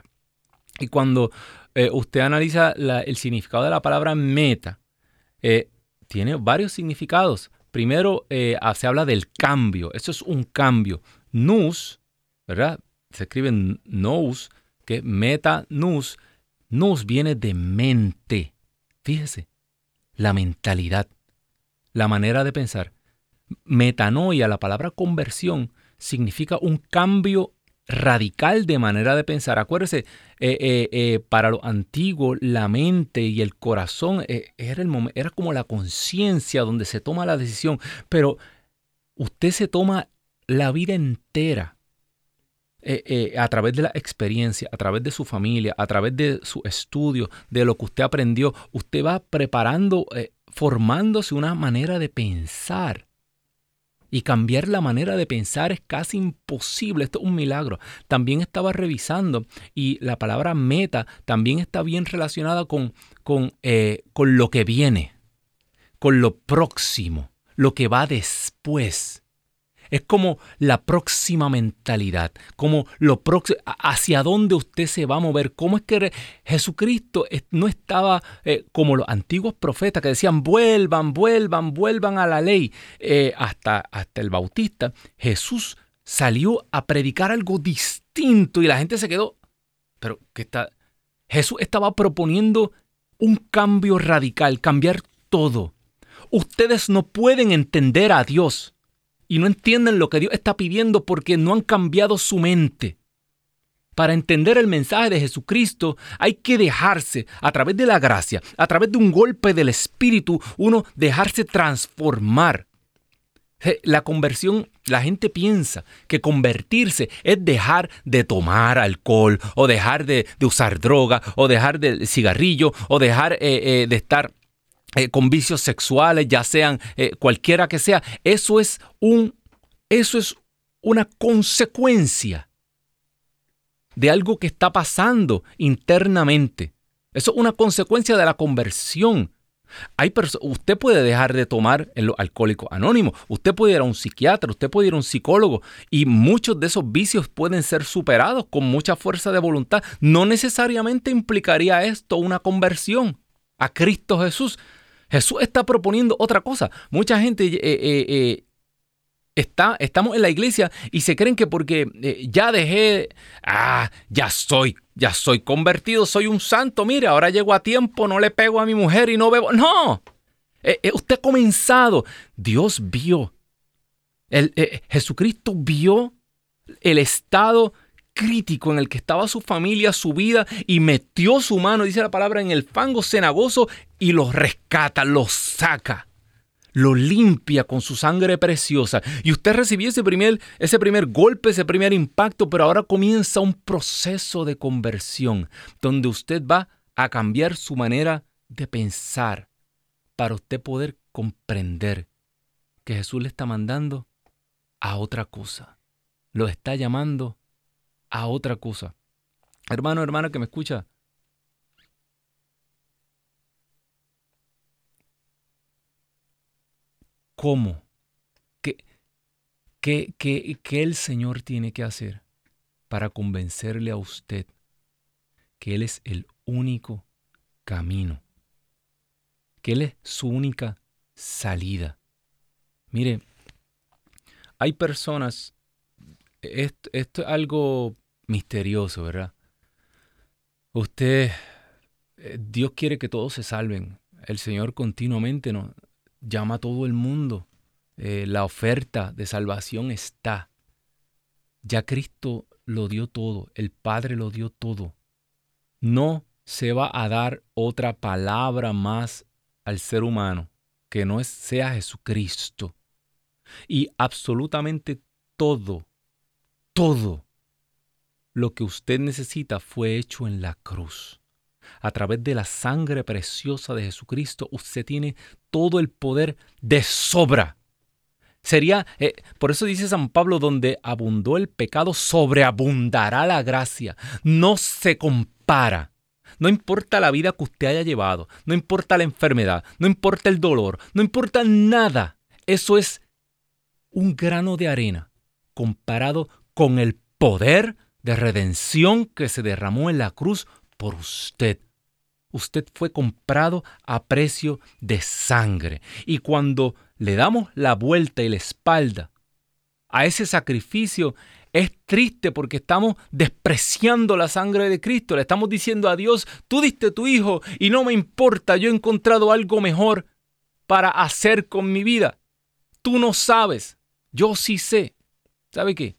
[SPEAKER 1] Y cuando eh, usted analiza la, el significado de la palabra meta, eh, tiene varios significados. Primero, eh, se habla del cambio. Eso es un cambio. Nous, ¿verdad? Se escribe nous, que meta nous. Nous viene de mente. Fíjese, la mentalidad, la manera de pensar. Metanoia, la palabra conversión, significa un cambio radical de manera de pensar. Acuérdese, eh, eh, eh, para los antiguos, la mente y el corazón eh, era, el momen- era como la conciencia donde se toma la decisión, pero usted se toma la vida entera eh, eh, a través de la experiencia, a través de su familia, a través de su estudio, de lo que usted aprendió. Usted va preparando, eh, formándose una manera de pensar. Y cambiar la manera de pensar es casi imposible. Esto es un milagro. También estaba revisando y la palabra meta también está bien relacionada con, con, eh, con lo que viene, con lo próximo, lo que va después. Es como la próxima mentalidad, como lo próximo, hacia dónde usted se va a mover. ¿Cómo es que Jesucristo no estaba eh, como los antiguos profetas que decían vuelvan, vuelvan, vuelvan a la ley? Eh, hasta, hasta el Bautista, Jesús salió a predicar algo distinto y la gente se quedó. Pero ¿qué está? Jesús estaba proponiendo un cambio radical, cambiar todo. Ustedes no pueden entender a Dios y no entienden lo que Dios está pidiendo porque no han cambiado su mente. Para entender el mensaje de Jesucristo hay que dejarse, a través de la gracia, a través de un golpe del Espíritu, uno dejarse transformar. La conversión, la gente piensa que convertirse es dejar de tomar alcohol o dejar de, de usar droga o dejar del cigarrillo o dejar eh, eh, de estar Eh, con vicios sexuales, ya sean eh, cualquiera que sea. Eso es un, eso es una consecuencia de algo que está pasando internamente. Eso es una consecuencia de la conversión. Hay perso- usted puede dejar de tomar en los alcohólicos anónimos, usted puede ir a un psiquiatra, usted puede ir a un psicólogo y muchos de esos vicios pueden ser superados con mucha fuerza de voluntad. No necesariamente implicaría esto una conversión a Cristo Jesús. Jesús está proponiendo otra cosa. Mucha gente eh, eh, eh, está, estamos en la iglesia y se creen que porque eh, ya dejé, ah, ya soy, ya soy convertido, soy un santo. Mire, ahora llego a tiempo, no le pego a mi mujer y no bebo. No, eh, eh, usted ha comenzado. Dios vio, el, eh, Jesucristo vio el estado crítico en el que estaba su familia, su vida, y metió su mano, dice la palabra, en el fango cenagoso y los rescata, los saca, lo limpia con su sangre preciosa. Y usted recibió ese primer, ese primer golpe, ese primer impacto, pero ahora comienza un proceso de conversión donde usted va a cambiar su manera de pensar para usted poder comprender que Jesús le está mandando a otra cosa, lo está llamando a otra cosa. Hermano, hermana que me escucha, ¿cómo? ¿Qué, ¿Qué, qué, qué el Señor tiene que hacer para convencerle a usted que Él es el único camino, que Él es su única salida? Mire, hay personas, esto, esto es algo misterioso, ¿verdad? Usted, Dios quiere que todos se salven. El Señor continuamente nos llama a todo el mundo. Eh, la oferta de salvación está. Ya Cristo lo dio todo, el Padre lo dio todo. No se va a dar otra palabra más al ser humano que no es, sea Jesucristo. Y absolutamente todo, todo lo que usted necesita fue hecho en la cruz. A través de la sangre preciosa de Jesucristo, usted tiene todo el poder de sobra. Sería, eh, por eso dice San Pablo, donde abundó el pecado, sobreabundará la gracia. No se compara. No importa la vida que usted haya llevado, no importa la enfermedad, no importa el dolor, no importa nada. Eso es un grano de arena comparado con el poder de redención que se derramó en la cruz por usted. Usted fue comprado a precio de sangre. Y cuando le damos la vuelta y la espalda a ese sacrificio, es triste porque estamos despreciando la sangre de Cristo. Le estamos diciendo a Dios, tú diste tu hijo y no me importa, yo he encontrado algo mejor para hacer con mi vida. Tú no sabes, yo sí sé. ¿Sabe qué?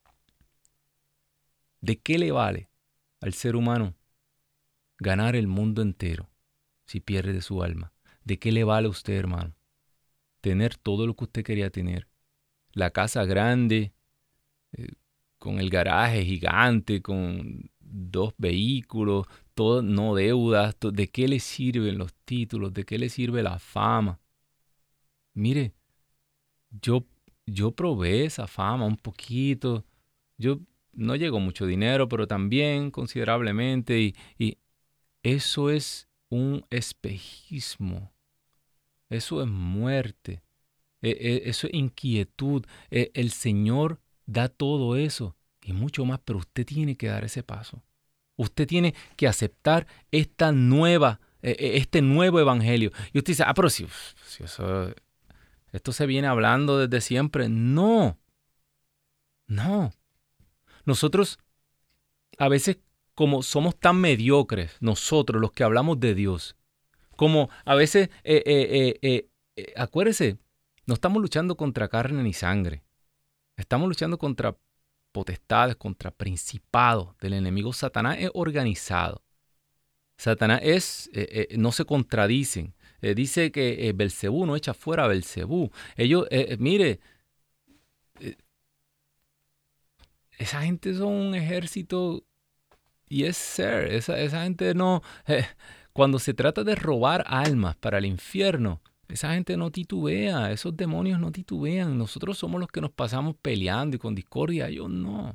[SPEAKER 1] ¿De qué le vale al ser humano ganar el mundo entero si pierde su alma? ¿De qué le vale a usted, hermano? Tener todo lo que usted quería tener. La casa grande, eh, con el garaje gigante, con dos vehículos, todo, no deudas. To- ¿De qué le sirven los títulos? ¿De qué le sirve la fama? Mire, yo, yo probé esa fama un poquito. Yo no llegó mucho dinero, pero también considerablemente. Y, y eso es un espejismo. Eso es muerte. Eh, eh, eso es inquietud. Eh, el Señor da todo eso y mucho más, pero usted tiene que dar ese paso. Usted tiene que aceptar esta nueva, eh, eh, este nuevo evangelio. Y usted dice, ah, pero si, si eso, esto se viene hablando desde siempre. No, no. Nosotros a veces, como somos tan mediocres, nosotros los que hablamos de Dios, como a veces, eh, eh, eh, eh, eh, acuérdese, no estamos luchando contra carne ni sangre. Estamos luchando contra potestades, contra principados del enemigo. Satanás es organizado. Satanás es, eh, eh, no se contradicen. Eh, dice que eh, Belcebú no echa fuera a Belcebú. Ellos, eh, eh, mire, eh, esa gente son un ejército. Yes, sir. Esa, esa gente no... Eh, cuando se trata de robar almas para el infierno, esa gente no titubea. Esos demonios no titubean. Nosotros somos los que nos pasamos peleando y con discordia. Ellos no.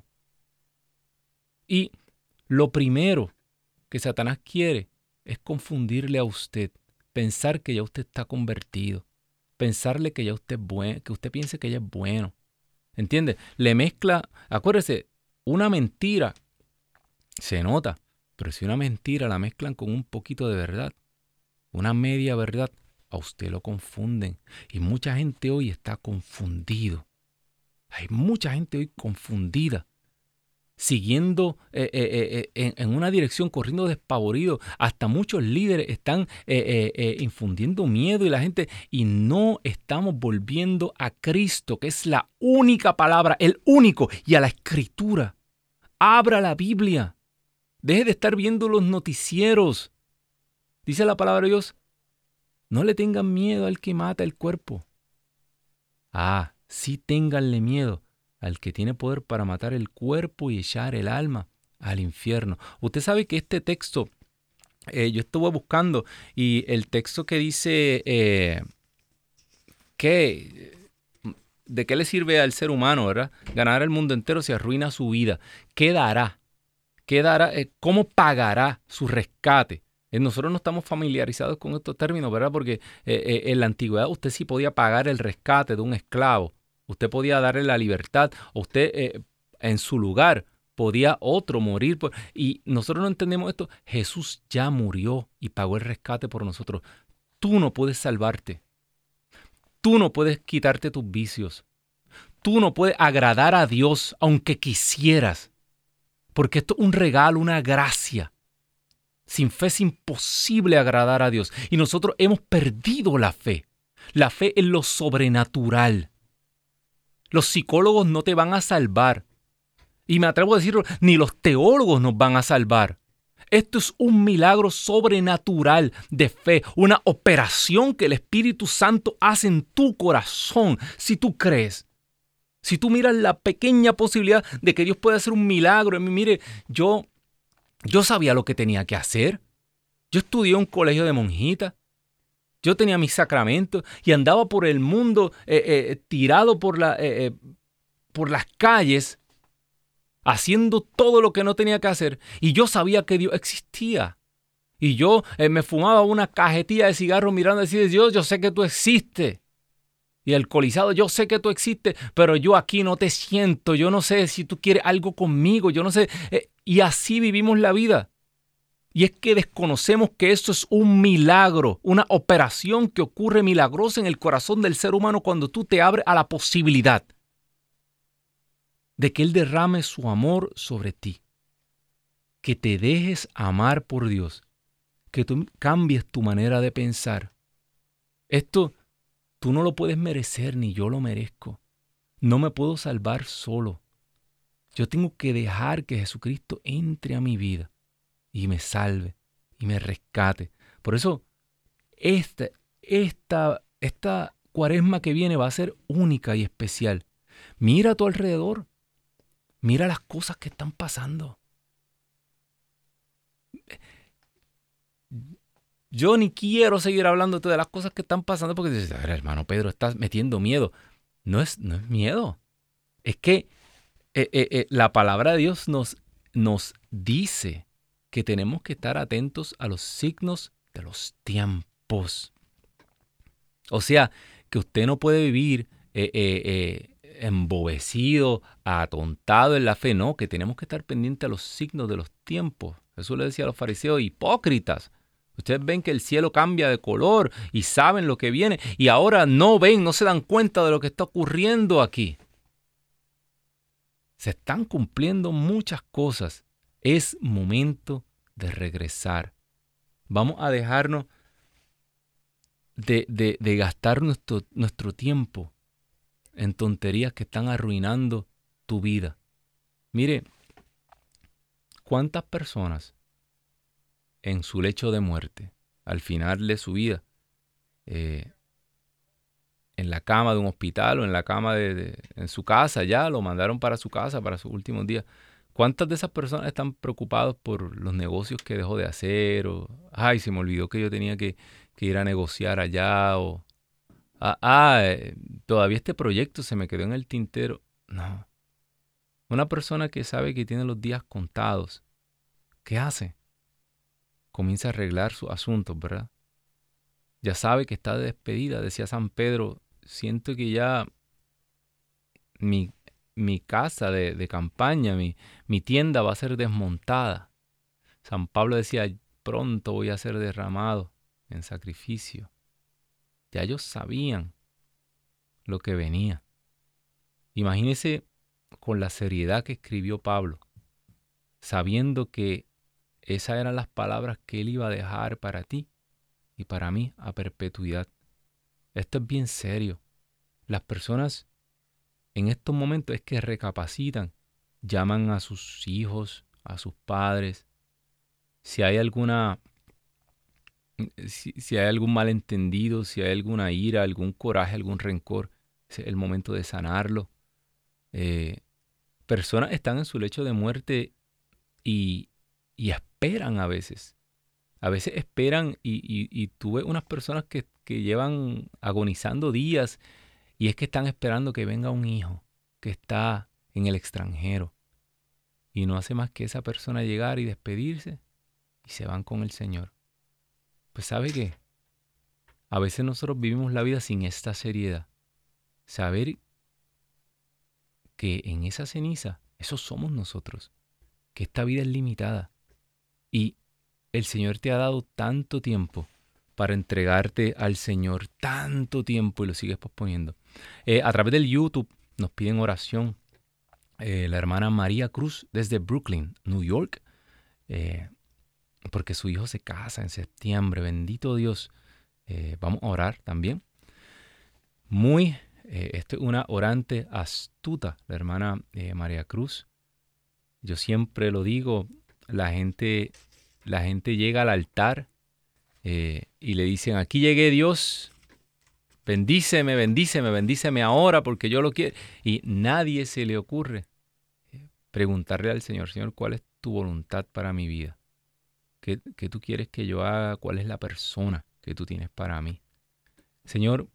[SPEAKER 1] Y lo primero que Satanás quiere es confundirle a usted. Pensar que ya usted está convertido. Pensarle que ya usted es bueno. Que usted piense que ya es bueno. ¿Entiende? Le mezcla... Acuérdese, una mentira... Se nota, pero si una mentira la mezclan con un poquito de verdad, una media verdad, a usted lo confunden. Y mucha gente hoy está confundido. Hay mucha gente hoy confundida, siguiendo eh, eh, eh, en, en una dirección, corriendo despavorido. Hasta muchos líderes están eh, eh, eh, infundiendo miedo y la gente, y no estamos volviendo a Cristo, que es la única palabra, el único, y a la Escritura. Abra la Biblia. Deje de estar viendo los noticieros. Dice la palabra de Dios, no le tengan miedo al que mata el cuerpo. Ah, sí ténganle miedo al que tiene poder para matar el cuerpo y echar el alma al infierno. Usted sabe que este texto, eh, yo estuve buscando, y el texto que dice eh, que... ¿De qué le sirve al ser humano, verdad? Ganar el mundo entero si arruina su vida. ¿Qué dará? ¿Qué dará? ¿Cómo pagará su rescate? Eh, nosotros no estamos familiarizados con estos términos, ¿verdad? Porque eh, eh, en la antigüedad usted sí podía pagar el rescate de un esclavo. Usted podía darle la libertad, o usted eh, en su lugar podía otro morir. Por, y nosotros no entendemos esto. Jesús ya murió y pagó el rescate por nosotros. Tú no puedes salvarte. Tú no puedes quitarte tus vicios. Tú no puedes agradar a Dios aunque quisieras. Porque esto es un regalo, una gracia. Sin fe es imposible agradar a Dios. Y nosotros hemos perdido la fe. La fe en lo sobrenatural. Los psicólogos no te van a salvar. Y me atrevo a decirlo, ni los teólogos nos van a salvar. Esto es un milagro sobrenatural de fe, una operación que el Espíritu Santo hace en tu corazón si tú crees. Si tú miras la pequeña posibilidad de que Dios pueda hacer un milagro en mí, mire, yo, yo sabía lo que tenía que hacer. Yo estudié en un colegio de monjitas. Yo tenía mis sacramentos y andaba por el mundo eh, eh, tirado por, la, eh, eh, por las calles, haciendo todo lo que no tenía que hacer. Y yo sabía que Dios existía. Y yo eh, me fumaba una cajetilla de cigarros mirando y decía, Dios, yo sé que tú existes. Y alcoholizado, yo sé que tú existes, pero yo aquí no te siento. Yo no sé si tú quieres algo conmigo. Yo no sé. Eh, y así vivimos la vida. Y es que desconocemos que esto es un milagro, una operación que ocurre milagrosa en el corazón del ser humano cuando tú te abres a la posibilidad de que Él derrame su amor sobre ti, que te dejes amar por Dios, que tú cambies tu manera de pensar. Esto tú no lo puedes merecer, ni yo lo merezco. No me puedo salvar solo. Yo tengo que dejar que Jesucristo entre a mi vida y me salve y me rescate. Por eso, esta, esta, esta cuaresma que viene va a ser única y especial. Mira a tu alrededor. Mira las cosas que están pasando. Yo ni quiero seguir hablándote de las cosas que están pasando porque dices, a ver, hermano Pedro, estás metiendo miedo. No es, no es miedo. Es que eh, eh, eh, la palabra de Dios nos, nos dice que tenemos que estar atentos a los signos de los tiempos. O sea, que usted no puede vivir eh, eh, eh, embobecido, atontado en la fe. No, que tenemos que estar pendientes a los signos de los tiempos. Jesús le decía a los fariseos, hipócritas. Ustedes ven que el cielo cambia de color y saben lo que viene. Y ahora no ven, no se dan cuenta de lo que está ocurriendo aquí. Se están cumpliendo muchas cosas. Es momento de regresar. Vamos a dejarnos de, de, de gastar nuestro, nuestro tiempo en tonterías que están arruinando tu vida. Mire, ¿cuántas personas en su lecho de muerte, al final de su vida, eh, en la cama de un hospital o en la cama de, de en su casa, ya lo mandaron para su casa para sus últimos días? ¿Cuántas de esas personas están preocupadas por los negocios que dejó de hacer? O, ay, se me olvidó que yo tenía que, que ir a negociar allá. O, ah, ah eh, todavía este proyecto se me quedó en el tintero. No. Una persona que sabe que tiene los días contados, ¿qué hace? Comienza a arreglar sus asuntos, ¿verdad? Ya sabe que está de despedida. Decía San Pedro, siento que ya mi... mi casa de, de campaña, mi, mi tienda va a ser desmontada. San Pablo decía, pronto voy a ser derramado en sacrificio. Ya ellos sabían lo que venía. Imagínese con la seriedad que escribió Pablo, sabiendo que esas eran las palabras que él iba a dejar para ti y para mí a perpetuidad. Esto es bien serio. Las personas en estos momentos es que recapacitan, llaman a sus hijos, a sus padres. Si hay alguna, si, si hay algún malentendido, si hay alguna ira, algún coraje, algún rencor, es el momento de sanarlo. Eh, personas están en su lecho de muerte y, y esperan a veces. A veces esperan y, y, y tú ves unas personas que, que llevan agonizando días. Y es que están esperando que venga un hijo que está en el extranjero. Y no hace más que esa persona llegar y despedirse y se van con el Señor. Pues ¿sabe qué? A veces nosotros vivimos la vida sin esta seriedad. Saber que en esa ceniza, esos somos nosotros, que esta vida es limitada. Y el Señor te ha dado tanto tiempo para entregarte al Señor, tanto tiempo, y lo sigues posponiendo. Eh, a través del YouTube nos piden oración. Eh, la hermana María Cruz desde Brooklyn, New York, eh, porque su hijo se casa en septiembre. Bendito Dios. Eh, vamos a orar también. Muy, eh, esto es una orante astuta, la hermana eh, María Cruz. Yo siempre lo digo, la gente, la gente llega al altar eh, y le dicen, aquí llegué Dios, bendíceme, bendíceme, bendíceme ahora porque yo lo quiero. Y nadie se le ocurre preguntarle al Señor, Señor, ¿cuál es tu voluntad para mi vida? ¿Qué, qué tú quieres que yo haga? ¿Cuál es la persona que tú tienes para mí? Señor,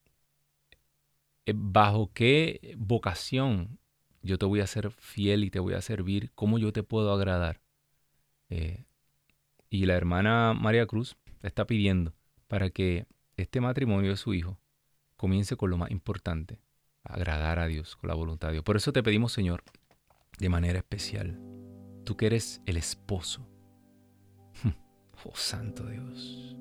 [SPEAKER 1] ¿bajo qué vocación yo te voy a ser fiel y te voy a servir? ¿Cómo yo te puedo agradar? Eh, y la hermana María Cruz está pidiendo para que este matrimonio de su hijo comience con lo más importante, agradar a Dios, con la voluntad de Dios. Por eso te pedimos, Señor, de manera especial, tú que eres el esposo. Oh, santo Dios.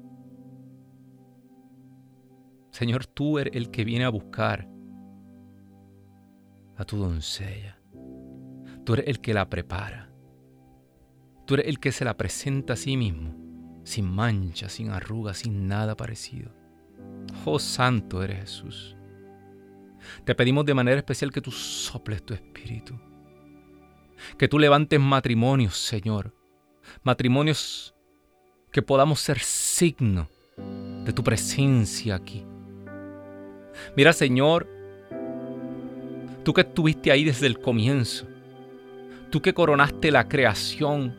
[SPEAKER 1] Señor, tú eres el que viene a buscar a tu doncella. Tú eres el que la prepara. Tú eres el que se la presenta a sí mismo, sin mancha, sin arruga, sin nada parecido. Oh, santo eres Jesús. Te pedimos de manera especial que tú soples tu espíritu. Que tú levantes matrimonios, Señor. Matrimonios que podamos ser signo de tu presencia aquí. Mira, Señor, tú que estuviste ahí desde el comienzo, tú que coronaste la creación,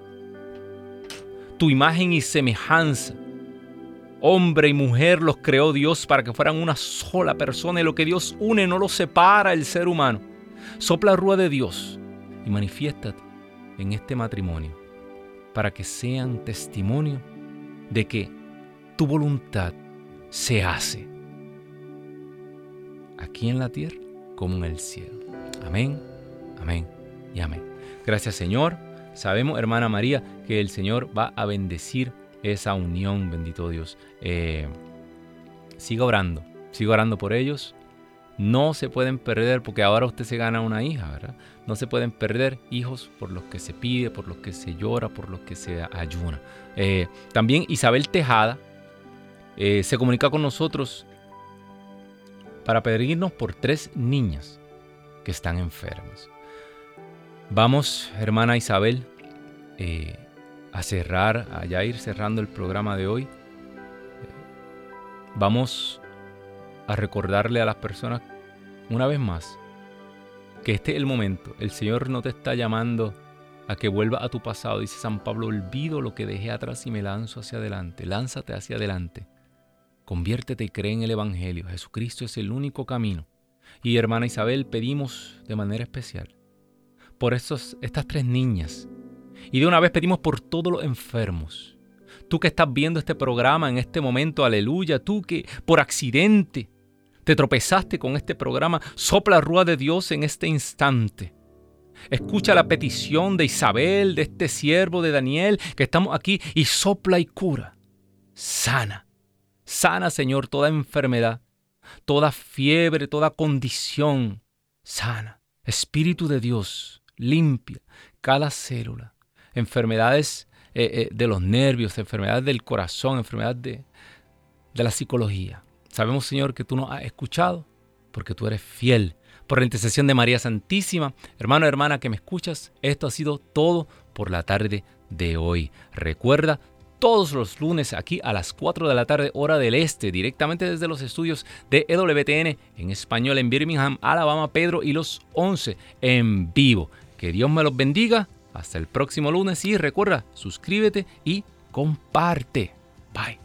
[SPEAKER 1] tu imagen y semejanza, hombre y mujer los creó Dios para que fueran una sola persona, y lo que Dios une no lo separa el ser humano. Sopla rúa de Dios y manifiéstate en este matrimonio para que sean testimonio de que tu voluntad se hace aquí en la tierra como en el cielo. Amén, amén y amén. Gracias, Señor. Sabemos, hermana María, que el Señor va a bendecir esa unión, bendito Dios. Eh, siga orando, siga orando por ellos. No se pueden perder, porque ahora usted se gana una hija, ¿verdad? No se pueden perder hijos por los que se pide, por los que se llora, por los que se ayuna. Eh, también Isabel Tejada eh, se comunica con nosotros para pedirnos por tres niñas que están enfermas. Vamos, hermana Isabel, eh, a cerrar, a ya ir cerrando el programa de hoy. Eh, vamos a recordarle a las personas una vez más que este es el momento. El Señor no te está llamando a que vuelvas a tu pasado. Dice San Pablo, olvido lo que dejé atrás y me lanzo hacia adelante. Lánzate hacia adelante. Conviértete y cree en el Evangelio. Jesucristo es el único camino. Y hermana Isabel, pedimos de manera especial por estos, estas tres niñas. Y de una vez pedimos por todos los enfermos. Tú que estás viendo este programa en este momento, aleluya. Tú que por accidente te tropezaste con este programa, sopla rúa de Dios en este instante. Escucha la petición de Isabel, de este siervo de Daniel, que estamos aquí, y sopla y cura. Sana. Sana, Señor, toda enfermedad, toda fiebre, toda condición. Sana. Espíritu de Dios, limpia cada célula. Enfermedades eh, eh, de los nervios, enfermedades del corazón, enfermedades de, de la psicología. Sabemos, Señor, que tú nos has escuchado porque tú eres fiel. Por la intercesión de María Santísima, hermano, hermana que me escuchas, esto ha sido todo por la tarde de hoy. Recuerda, todos los lunes aquí a las cuatro de la tarde, hora del este, directamente desde los estudios de E W T N en español en Birmingham, Alabama, Pedro y Los Once en vivo. Que Dios me los bendiga. Hasta el próximo lunes y recuerda, suscríbete y comparte. Bye.